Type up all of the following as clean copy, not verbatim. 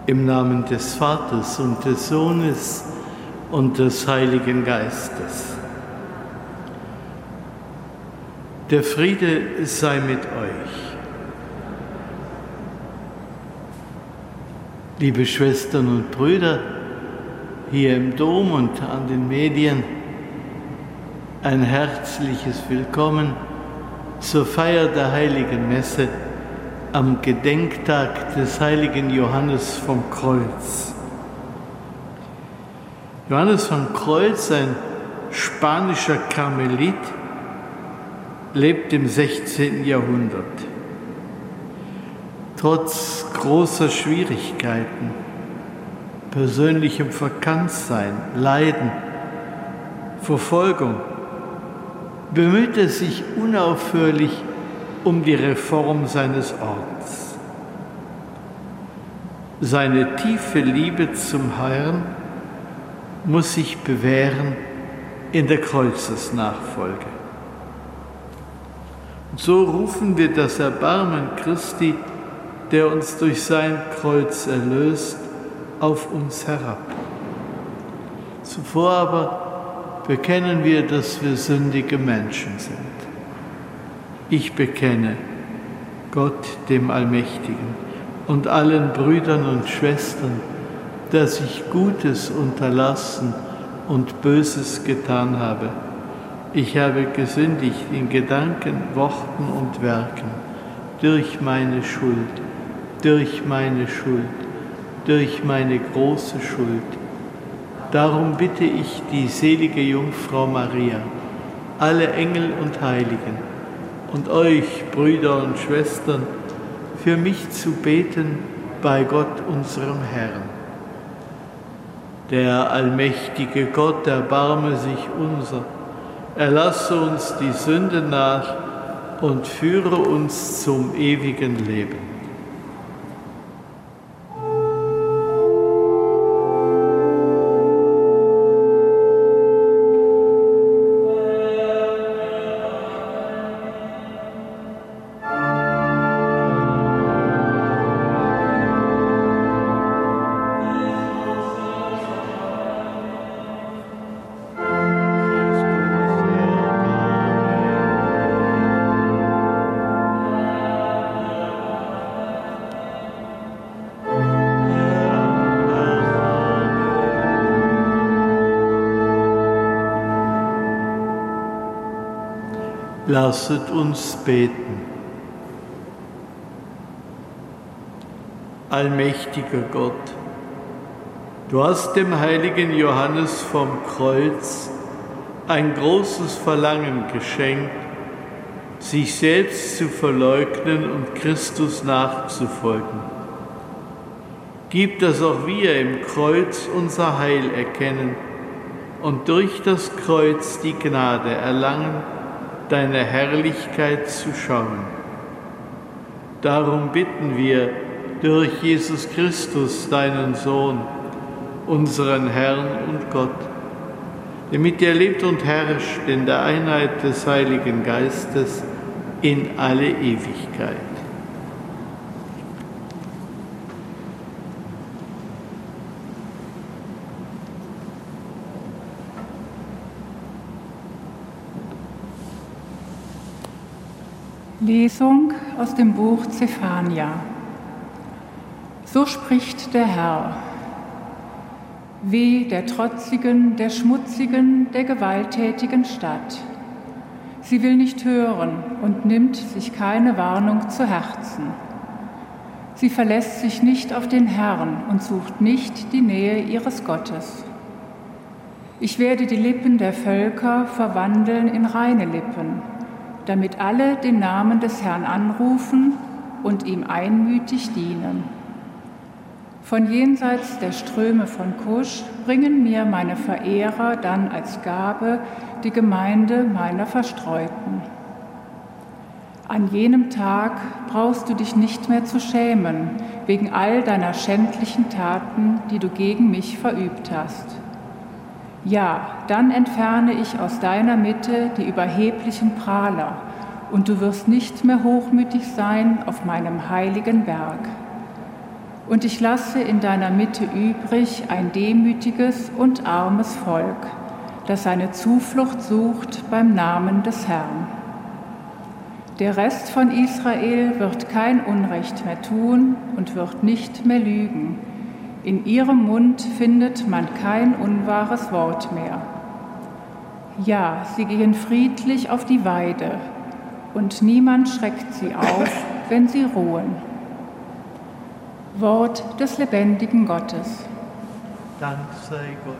Im Namen des Vaters und des Sohnes und des Heiligen Geistes. Der Friede sei mit euch. Liebe Schwestern und Brüder, hier im Dom und an den Medien, ein herzliches Willkommen zur Feier der Heiligen Messe am Gedenktag des heiligen Johannes vom Kreuz. Johannes vom Kreuz, ein spanischer Karmelit, lebt im 16. Jahrhundert. Trotz großer Schwierigkeiten, persönlichem Verkanntsein, Leiden, Verfolgung, bemüht er sich unaufhörlich um die Reform seines Ordens. Seine tiefe Liebe zum Herrn muss sich bewähren in der Kreuzesnachfolge. Und so rufen wir das Erbarmen Christi, der uns durch sein Kreuz erlöst, auf uns herab. Zuvor aber bekennen wir, dass wir sündige Menschen sind. Ich bekenne Gott, dem Allmächtigen, und allen Brüdern und Schwestern, dass ich Gutes unterlassen und Böses getan habe. Ich habe gesündigt in Gedanken, Worten und Werken, durch meine Schuld, durch meine große Schuld. Darum bitte ich die selige Jungfrau Maria, alle Engel und Heiligen, und euch, Brüder und Schwestern, für mich zu beten bei Gott, unserem Herrn. Der allmächtige Gott, erbarme sich unser, erlasse uns die Sünde nach und führe uns zum ewigen Leben. Lasset uns beten. Allmächtiger Gott, du hast dem heiligen Johannes vom Kreuz ein großes Verlangen geschenkt, sich selbst zu verleugnen und Christus nachzufolgen. Gib, dass auch wir im Kreuz unser Heil erkennen und durch das Kreuz die Gnade erlangen, deine Herrlichkeit zu schauen. Darum bitten wir durch Jesus Christus, deinen Sohn, unseren Herrn und Gott, der mit dir lebt und herrscht in der Einheit des Heiligen Geistes in alle Ewigkeit. Lesung aus dem Buch Zephania. So spricht der Herr: Weh der trotzigen, der schmutzigen, der gewalttätigen Stadt. Sie will nicht hören und nimmt sich keine Warnung zu Herzen. Sie verlässt sich nicht auf den Herrn und sucht nicht die Nähe ihres Gottes. Ich werde die Lippen der Völker verwandeln in reine Lippen, damit alle den Namen des Herrn anrufen und ihm einmütig dienen. Von jenseits der Ströme von Kusch bringen mir meine Verehrer dann als Gabe die Gemeinde meiner Verstreuten. An jenem Tag brauchst du dich nicht mehr zu schämen, wegen all deiner schändlichen Taten, die du gegen mich verübt hast. Ja, dann entferne ich aus deiner Mitte die überheblichen Prahler, und du wirst nicht mehr hochmütig sein auf meinem heiligen Berg. Und ich lasse in deiner Mitte übrig ein demütiges und armes Volk, das seine Zuflucht sucht beim Namen des Herrn. Der Rest von Israel wird kein Unrecht mehr tun und wird nicht mehr lügen. In ihrem Mund findet man kein unwahres Wort mehr. Ja, sie gehen friedlich auf die Weide, und niemand schreckt sie auf, wenn sie ruhen. Wort des lebendigen Gottes. Dank sei Gott.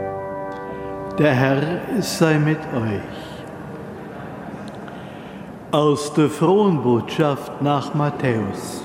Der Herr sei mit euch. Aus der Frohen Botschaft nach Matthäus.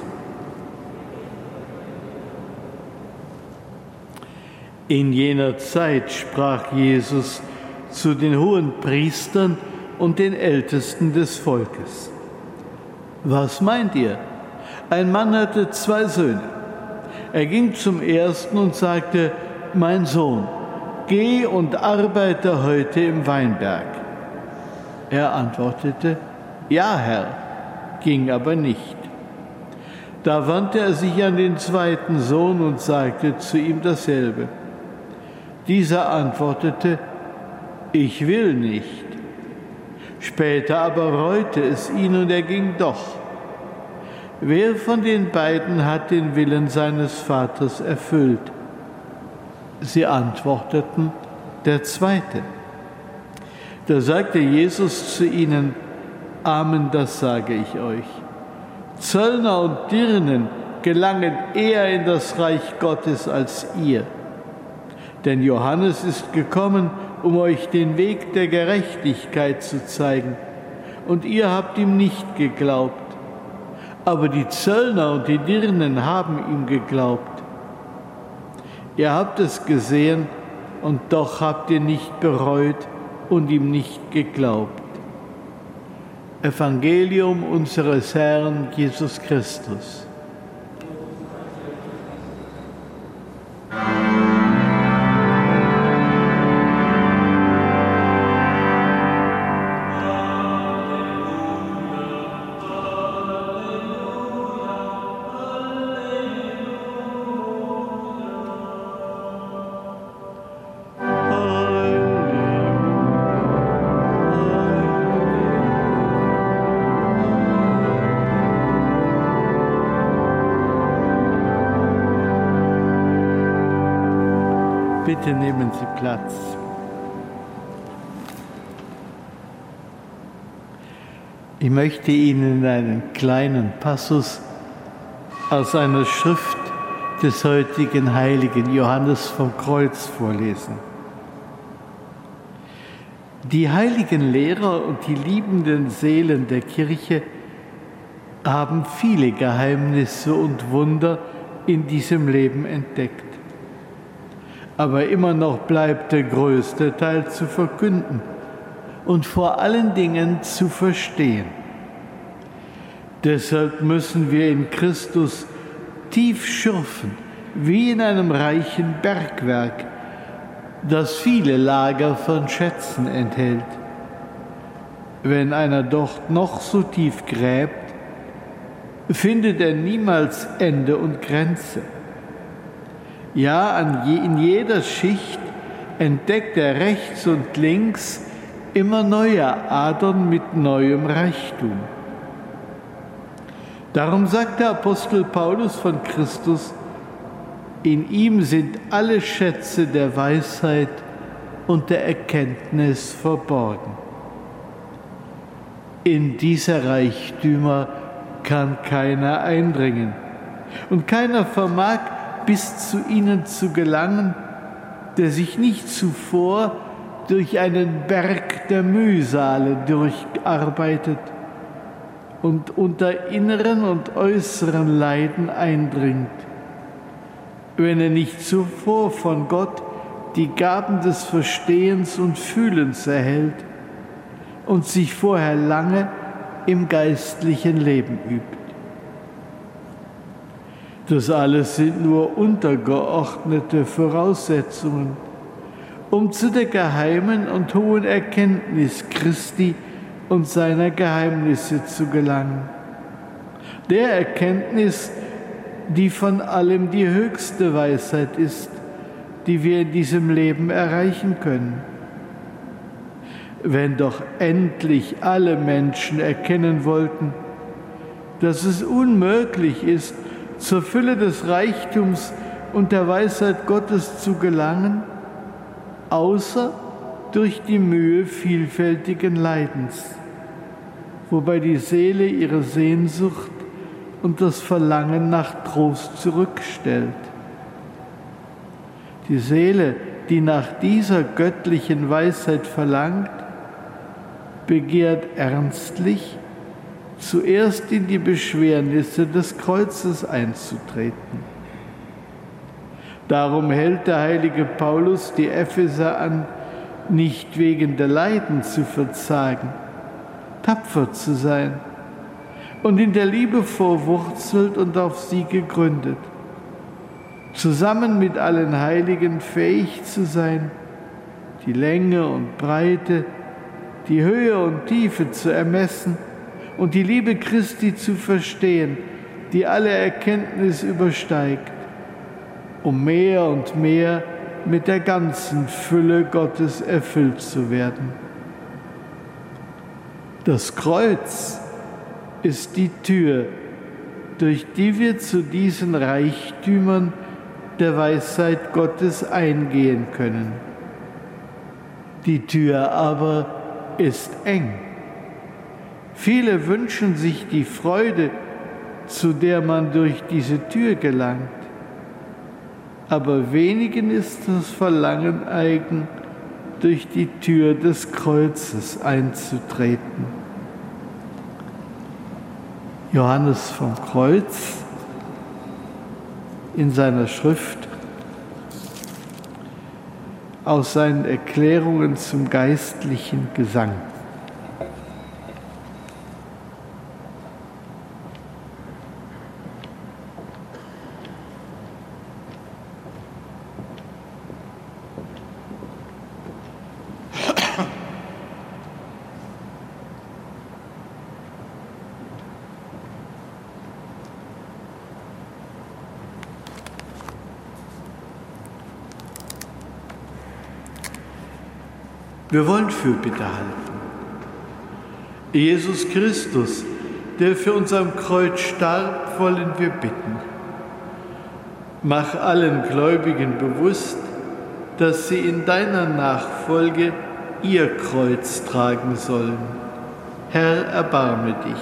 In jener Zeit sprach Jesus zu den Hohenpriestern und den Ältesten des Volkes: Was meint ihr? Ein Mann hatte 2 Söhne. Er ging zum ersten und sagte: Mein Sohn, geh und arbeite heute im Weinberg. Er antwortete: Ja, Herr, ging aber nicht. Da wandte er sich an den zweiten Sohn und sagte zu ihm dasselbe. Dieser antwortete: Ich will nicht. Später aber reute es ihn und er ging doch. Wer von den beiden hat den Willen seines Vaters erfüllt? Sie antworteten: Der Zweite. Da sagte Jesus zu ihnen: Amen, das sage ich euch. Zöllner und Dirnen gelangen eher in das Reich Gottes als ihr. Denn Johannes ist gekommen, um euch den Weg der Gerechtigkeit zu zeigen, und ihr habt ihm nicht geglaubt. Aber die Zöllner und die Dirnen haben ihm geglaubt. Ihr habt es gesehen, und doch habt ihr nicht bereut und ihm nicht geglaubt. Evangelium unseres Herrn Jesus Christus. Bitte nehmen Sie Platz. Ich möchte Ihnen einen kleinen Passus aus einer Schrift des heutigen heiligen Johannes vom Kreuz vorlesen. Die heiligen Lehrer und die liebenden Seelen der Kirche haben viele Geheimnisse und Wunder in diesem Leben entdeckt. Aber immer noch bleibt der größte Teil zu verkünden und vor allen Dingen zu verstehen. Deshalb müssen wir in Christus tief schürfen, wie in einem reichen Bergwerk, das viele Lager von Schätzen enthält. Wenn einer dort noch so tief gräbt, findet er niemals Ende und Grenze. Ja, in jeder Schicht entdeckt er rechts und links immer neue Adern mit neuem Reichtum. Darum sagt der Apostel Paulus von Christus: In ihm sind alle Schätze der Weisheit und der Erkenntnis verborgen. In diese Reichtümer kann keiner eindringen und keiner vermag, bis zu ihnen zu gelangen, der sich nicht zuvor durch einen Berg der Mühsale durcharbeitet und unter inneren und äußeren Leiden eindringt, wenn er nicht zuvor von Gott die Gaben des Verstehens und Fühlens erhält und sich vorher lange im geistlichen Leben übt. Das alles sind nur untergeordnete Voraussetzungen, um zu der geheimen und hohen Erkenntnis Christi und seiner Geheimnisse zu gelangen. Der Erkenntnis, die von allem die höchste Weisheit ist, die wir in diesem Leben erreichen können. Wenn doch endlich alle Menschen erkennen wollten, dass es unmöglich ist, zur Fülle des Reichtums und der Weisheit Gottes zu gelangen, außer durch die Mühe vielfältigen Leidens, wobei die Seele ihre Sehnsucht und das Verlangen nach Trost zurückstellt. Die Seele, die nach dieser göttlichen Weisheit verlangt, begehrt ernstlich zuerst in die Beschwernisse des Kreuzes einzutreten. Darum hält der heilige Paulus die Epheser an, nicht wegen der Leiden zu verzagen, tapfer zu sein und in der Liebe verwurzelt und auf sie gegründet, zusammen mit allen Heiligen fähig zu sein, die Länge und Breite, die Höhe und Tiefe zu ermessen und die Liebe Christi zu verstehen, die alle Erkenntnis übersteigt, um mehr und mehr mit der ganzen Fülle Gottes erfüllt zu werden. Das Kreuz ist die Tür, durch die wir zu diesen Reichtümern der Weisheit Gottes eingehen können. Die Tür aber ist eng. Viele wünschen sich die Freude, zu der man durch diese Tür gelangt. Aber wenigen ist das Verlangen eigen, durch die Tür des Kreuzes einzutreten. Johannes vom Kreuz in seiner Schrift aus seinen Erklärungen zum geistlichen Gesang. Wir wollen Fürbitte halten. Jesus Christus, der für uns am Kreuz starb, wollen wir bitten. Mach allen Gläubigen bewusst, dass sie in deiner Nachfolge ihr Kreuz tragen sollen. Herr, erbarme dich.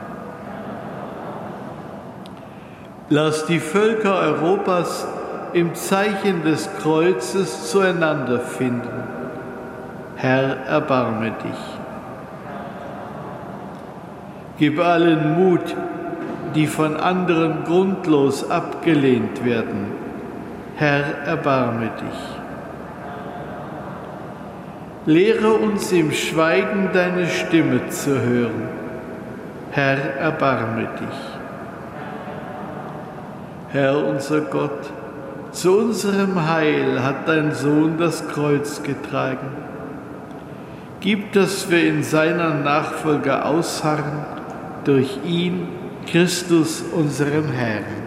Lass die Völker Europas im Zeichen des Kreuzes zueinander finden. Herr, erbarme dich. Gib allen Mut, die von anderen grundlos abgelehnt werden. Herr, erbarme dich. Lehre uns im Schweigen deine Stimme zu hören. Herr, erbarme dich. Herr, unser Gott, zu unserem Heil hat dein Sohn das Kreuz getragen. Gib, dass wir in seiner Nachfolge ausharren, durch ihn, Christus, unseren Herrn.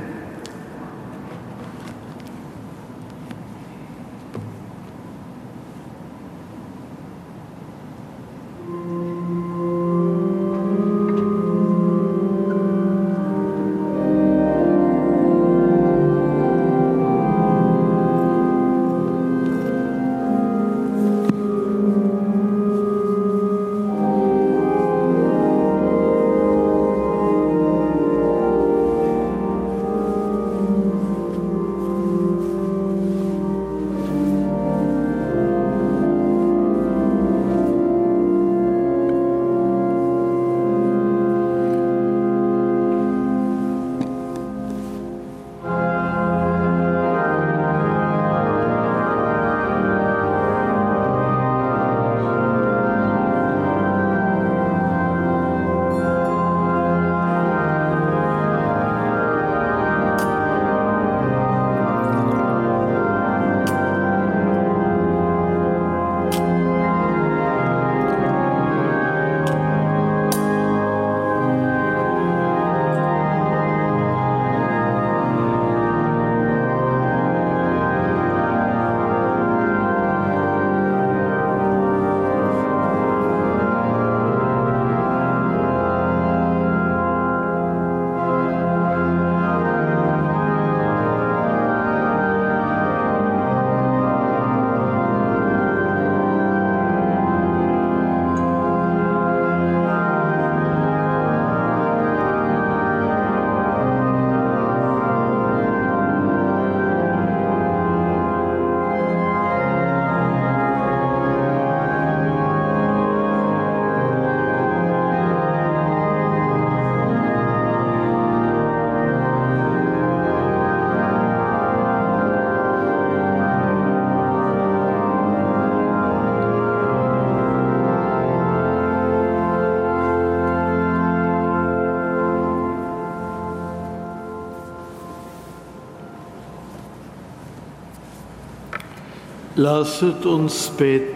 Lasset uns beten.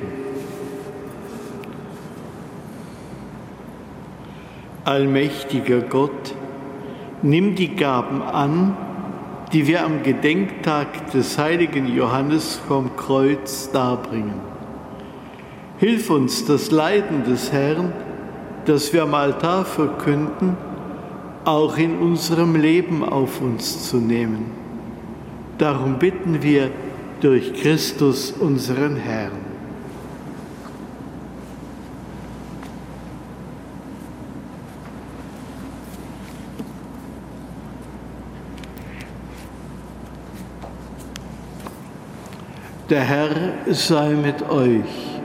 Allmächtiger Gott, nimm die Gaben an, die wir am Gedenktag des heiligen Johannes vom Kreuz darbringen. Hilf uns, das Leiden des Herrn, das wir am Altar verkünden, auch in unserem Leben auf uns zu nehmen. Darum bitten wir durch Christus, unseren Herrn. Der Herr sei mit euch.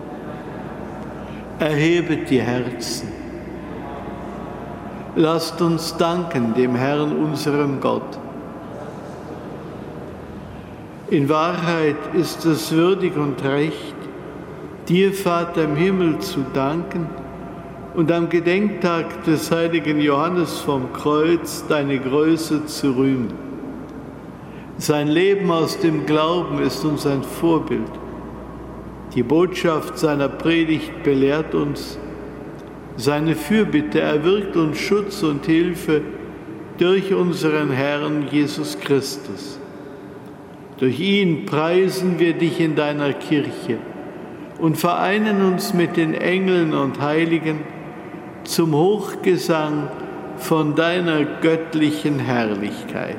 Erhebet die Herzen. Lasst uns danken dem Herrn, unserem Gott. In Wahrheit ist es würdig und recht, dir, Vater im Himmel, zu danken und am Gedenktag des heiligen Johannes vom Kreuz deine Größe zu rühmen. Sein Leben aus dem Glauben ist uns ein Vorbild. Die Botschaft seiner Predigt belehrt uns. Seine Fürbitte erwirkt uns Schutz und Hilfe durch unseren Herrn Jesus Christus. Durch ihn preisen wir dich in deiner Kirche und vereinen uns mit den Engeln und Heiligen zum Hochgesang von deiner göttlichen Herrlichkeit.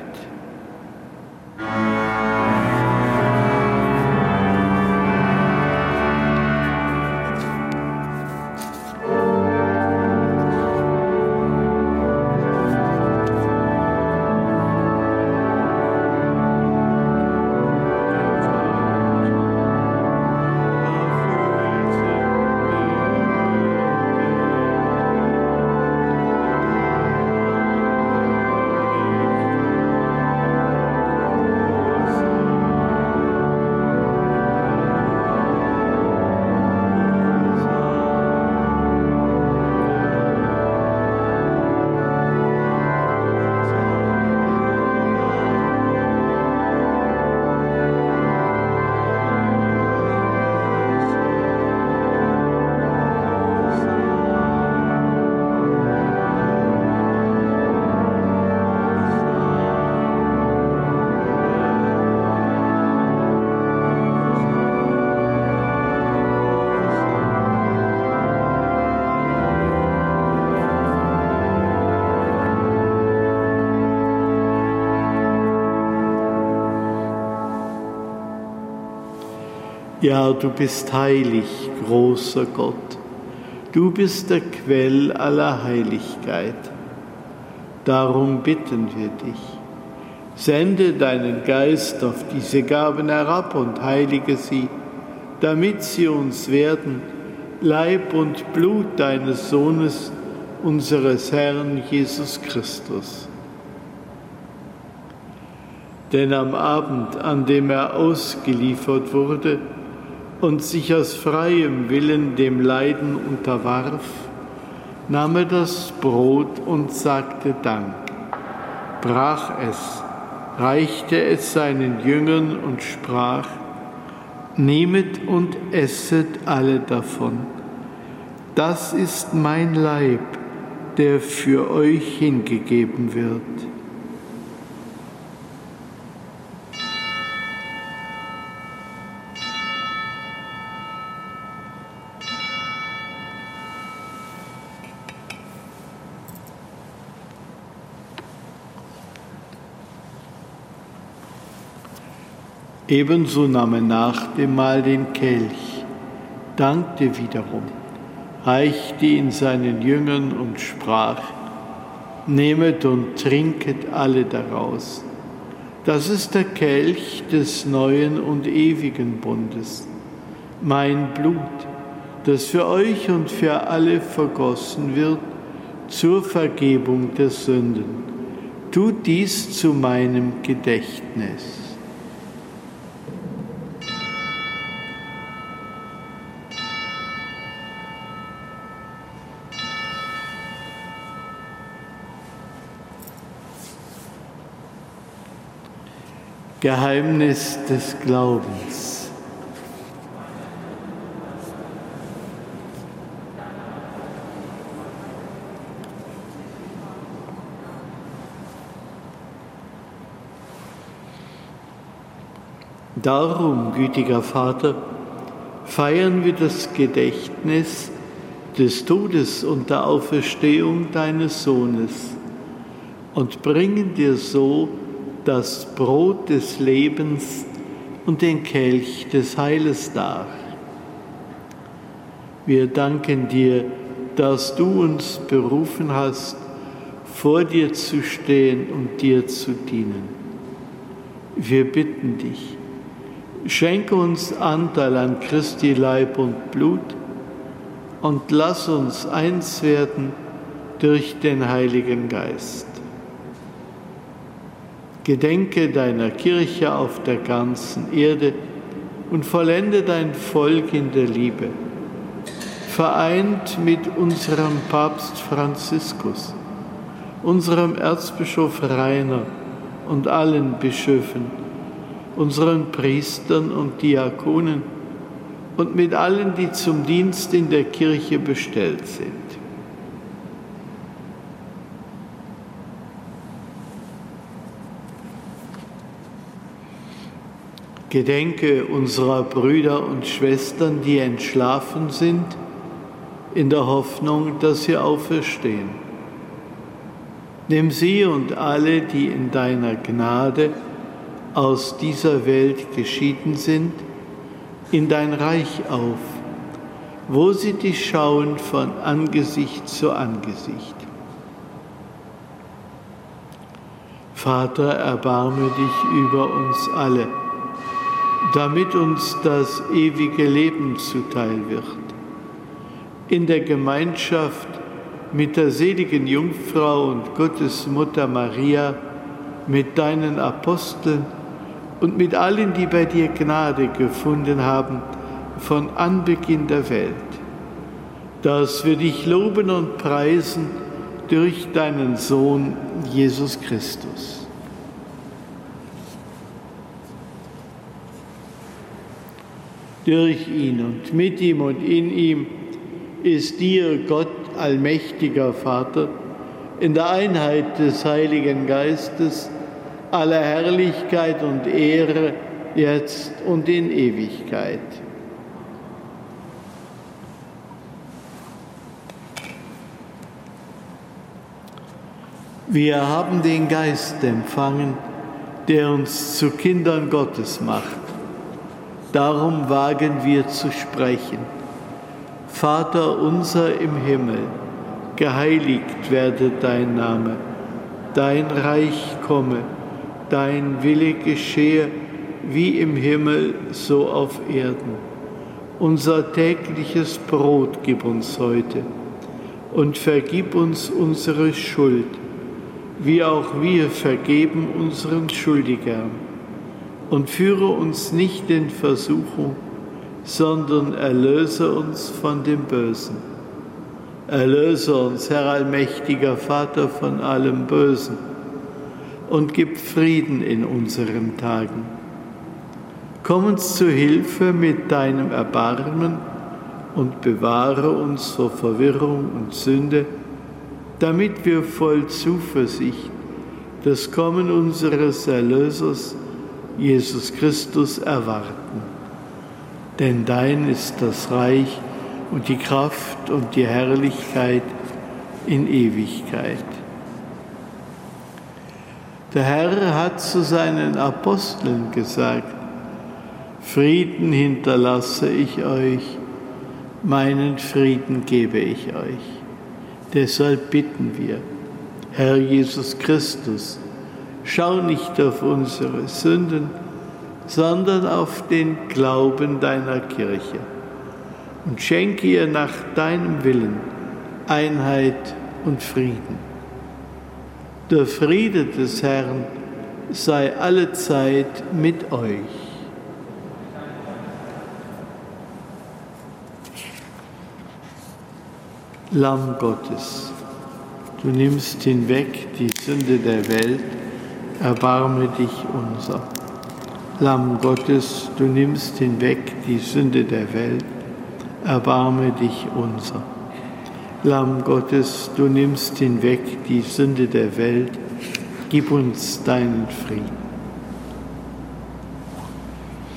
Ja, du bist heilig, großer Gott. Du bist der Quell aller Heiligkeit. Darum bitten wir dich. Sende deinen Geist auf diese Gaben herab und heilige sie, damit sie uns werden, Leib und Blut deines Sohnes, unseres Herrn Jesus Christus. Denn am Abend, an dem er ausgeliefert wurde und sich aus freiem Willen dem Leiden unterwarf, nahm er das Brot und sagte Dank, brach es, reichte es seinen Jüngern und sprach: Nehmet und esset alle davon. Das ist mein Leib, der für euch hingegeben wird. Ebenso nahm er nach dem Mahl den Kelch, dankte wiederum, reichte ihn seinen Jüngern und sprach: Nehmet und trinket alle daraus. Das ist der Kelch des neuen und ewigen Bundes, mein Blut, das für euch und für alle vergossen wird zur Vergebung der Sünden. Tut dies zu meinem Gedächtnis. Geheimnis des Glaubens. Darum, gütiger Vater, feiern wir das Gedächtnis des Todes und der Auferstehung deines Sohnes und bringen dir so das Brot des Lebens und den Kelch des Heiles dar. Wir danken dir, dass du uns berufen hast, vor dir zu stehen und dir zu dienen. Wir bitten dich, schenke uns Anteil an Christi Leib und Blut und lass uns eins werden durch den Heiligen Geist. Gedenke deiner Kirche auf der ganzen Erde und vollende dein Volk in der Liebe, vereint mit unserem Papst Franziskus, unserem Erzbischof Rainer und allen Bischöfen, unseren Priestern und Diakonen und mit allen, die zum Dienst in der Kirche bestellt sind. Gedenke unserer Brüder und Schwestern, die entschlafen sind, in der Hoffnung, dass sie auferstehen. Nimm sie und alle, die in deiner Gnade aus dieser Welt geschieden sind, in dein Reich auf, wo sie dich schauen von Angesicht zu Angesicht. Vater, erbarme dich über uns alle, damit uns das ewige Leben zuteil wird. In der Gemeinschaft mit der seligen Jungfrau und Gottesmutter Maria, mit deinen Aposteln und mit allen, die bei dir Gnade gefunden haben, von Anbeginn der Welt, dass wir dich loben und preisen durch deinen Sohn Jesus Christus. Durch ihn und mit ihm und in ihm ist dir, Gott, allmächtiger Vater, in der Einheit des Heiligen Geistes, aller Herrlichkeit und Ehre, jetzt und in Ewigkeit. Wir haben den Geist empfangen, der uns zu Kindern Gottes macht. Darum wagen wir zu sprechen: Vater unser im Himmel, geheiligt werde dein Name, dein Reich komme, dein Wille geschehe, wie im Himmel, so auf Erden. Unser tägliches Brot gib uns heute und vergib uns unsere Schuld, wie auch wir vergeben unseren Schuldigern. Und führe uns nicht in Versuchung, sondern erlöse uns von dem Bösen. Erlöse uns, Herr allmächtiger Vater, von allem Bösen und gib Frieden in unseren Tagen. Komm uns zu Hilfe mit deinem Erbarmen und bewahre uns vor Verwirrung und Sünde, damit wir voll Zuversicht das Kommen unseres Erlösers, Jesus Christus, erwarten. Denn dein ist das Reich und die Kraft und die Herrlichkeit in Ewigkeit. Der Herr hat zu seinen Aposteln gesagt: Frieden hinterlasse ich euch, meinen Frieden gebe ich euch. Deshalb bitten wir: Herr Jesus Christus, schau nicht auf unsere Sünden, sondern auf den Glauben deiner Kirche und schenke ihr nach deinem Willen Einheit und Frieden. Der Friede des Herrn sei allezeit mit euch. Lamm Gottes, du nimmst hinweg die Sünde der Welt, erbarme dich unser. Lamm Gottes, du nimmst hinweg die Sünde der Welt, erbarme dich unser. Lamm Gottes, du nimmst hinweg die Sünde der Welt, gib uns deinen Frieden.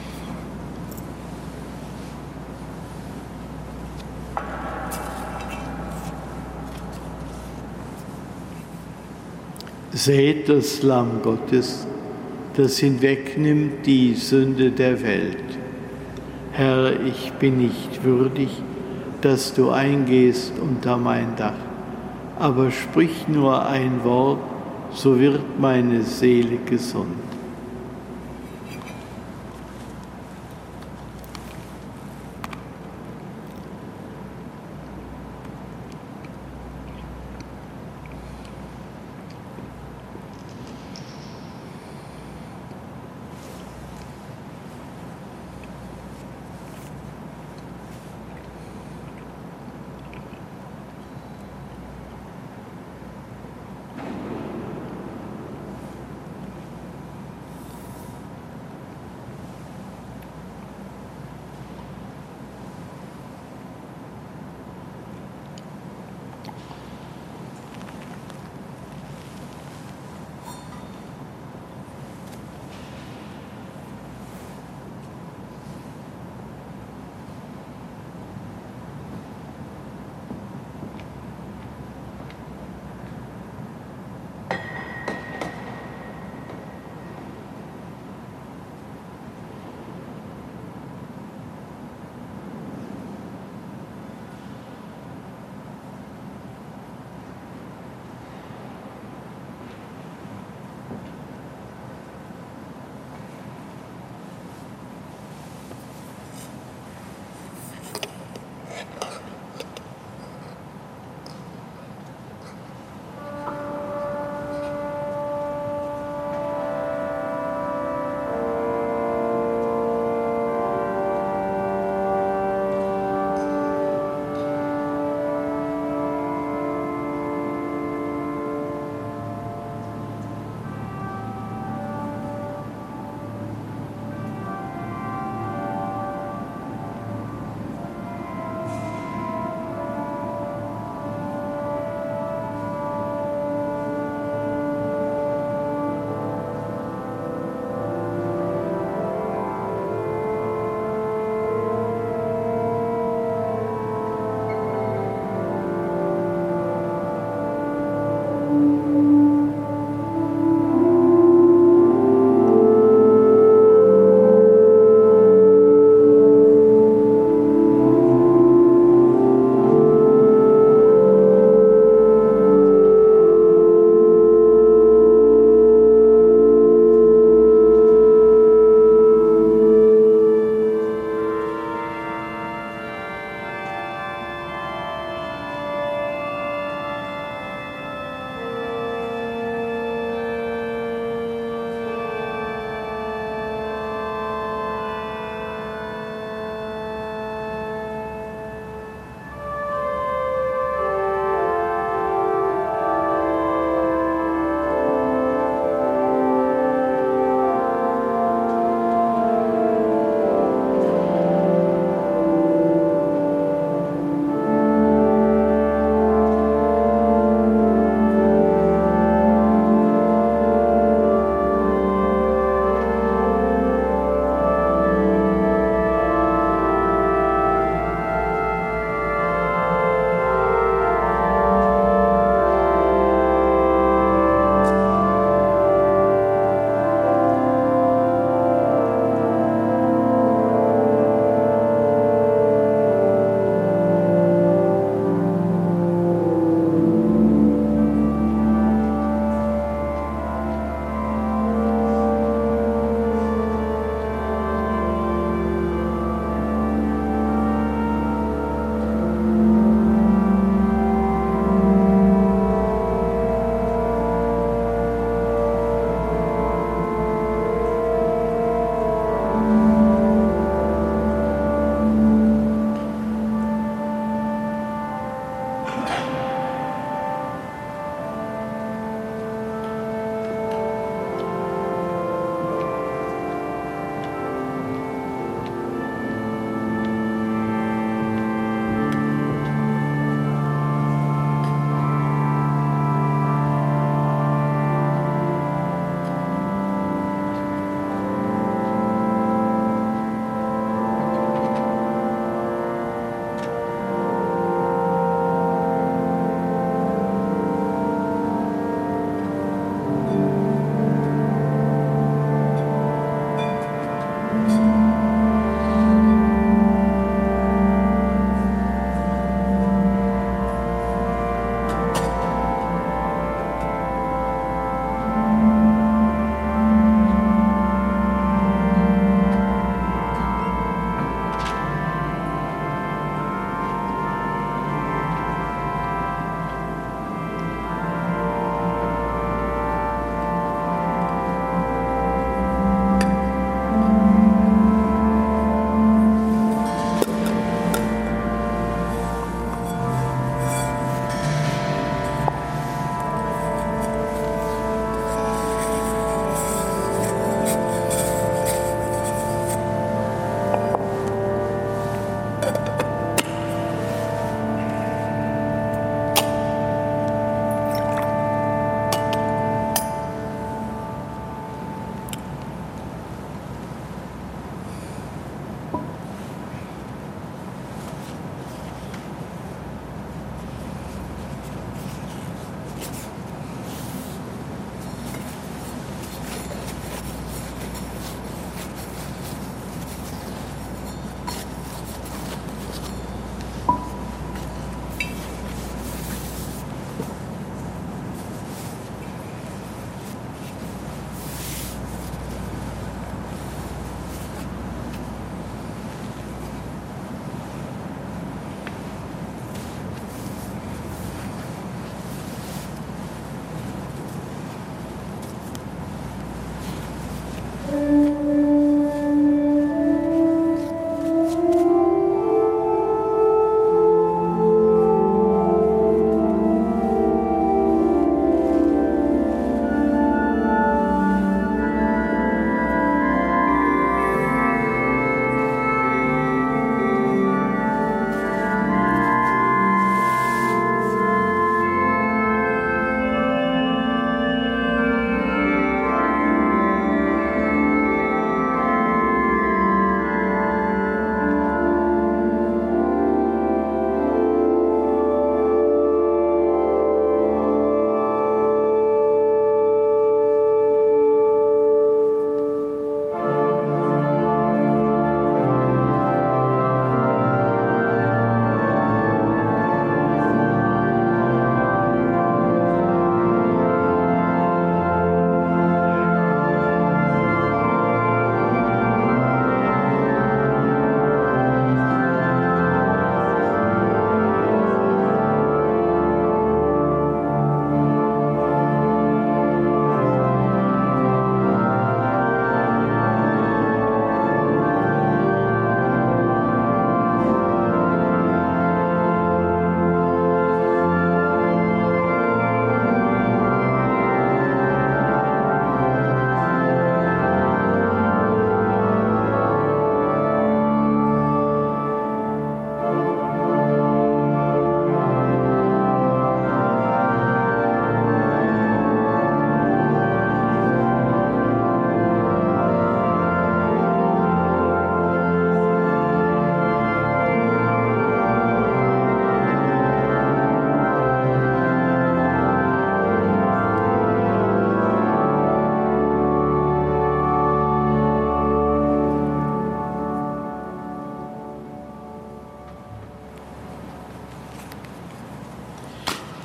Seht das Lamm Gottes, das hinwegnimmt die Sünde der Welt. Herr, ich bin nicht würdig, dass du eingehst unter mein Dach, aber sprich nur ein Wort, so wird meine Seele gesund.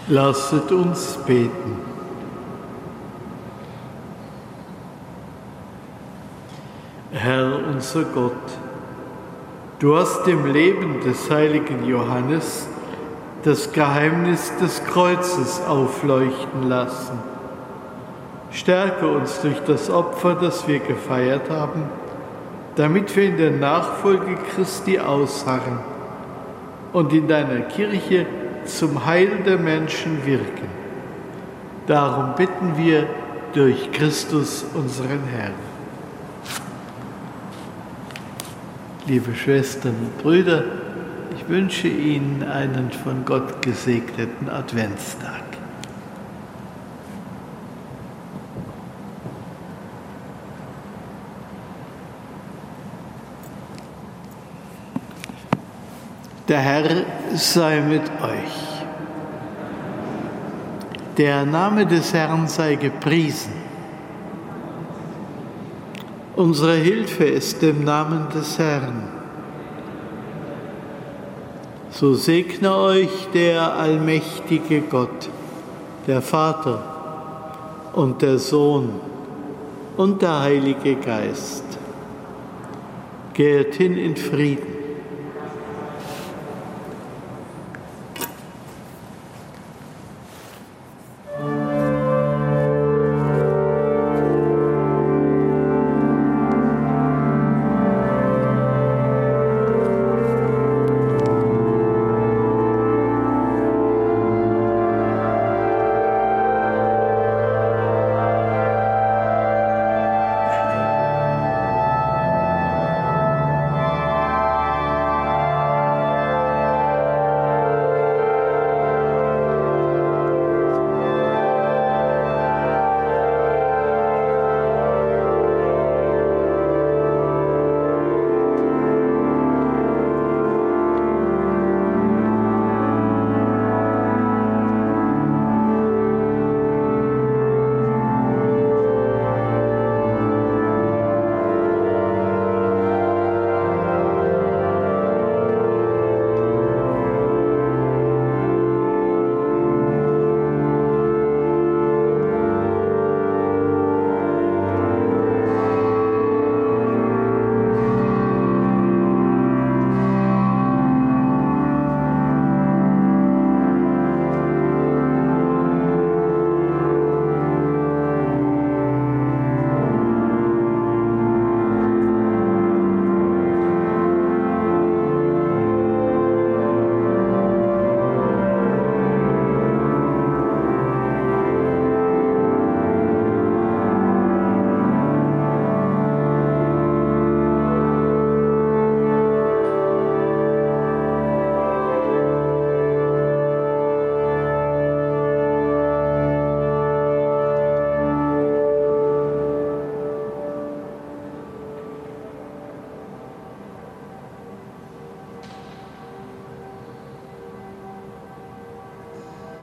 Lasset uns beten. Herr unser Gott, du hast dem Leben des heiligen Johannes das Geheimnis des Kreuzes aufleuchten lassen. Stärke uns durch das Opfer, das wir gefeiert haben, damit wir in der Nachfolge Christi ausharren und in deiner Kirche zum Heil der Menschen wirken. Darum bitten wir durch Christus, unseren Herrn. Liebe Schwestern und Brüder, ich wünsche Ihnen einen von Gott gesegneten Adventstag. Der Herr sei mit euch. Der Name des Herrn sei gepriesen. Unsere Hilfe ist im Namen des Herrn. So segne euch der allmächtige Gott, der Vater und der Sohn und der Heilige Geist. Geht hin in Frieden.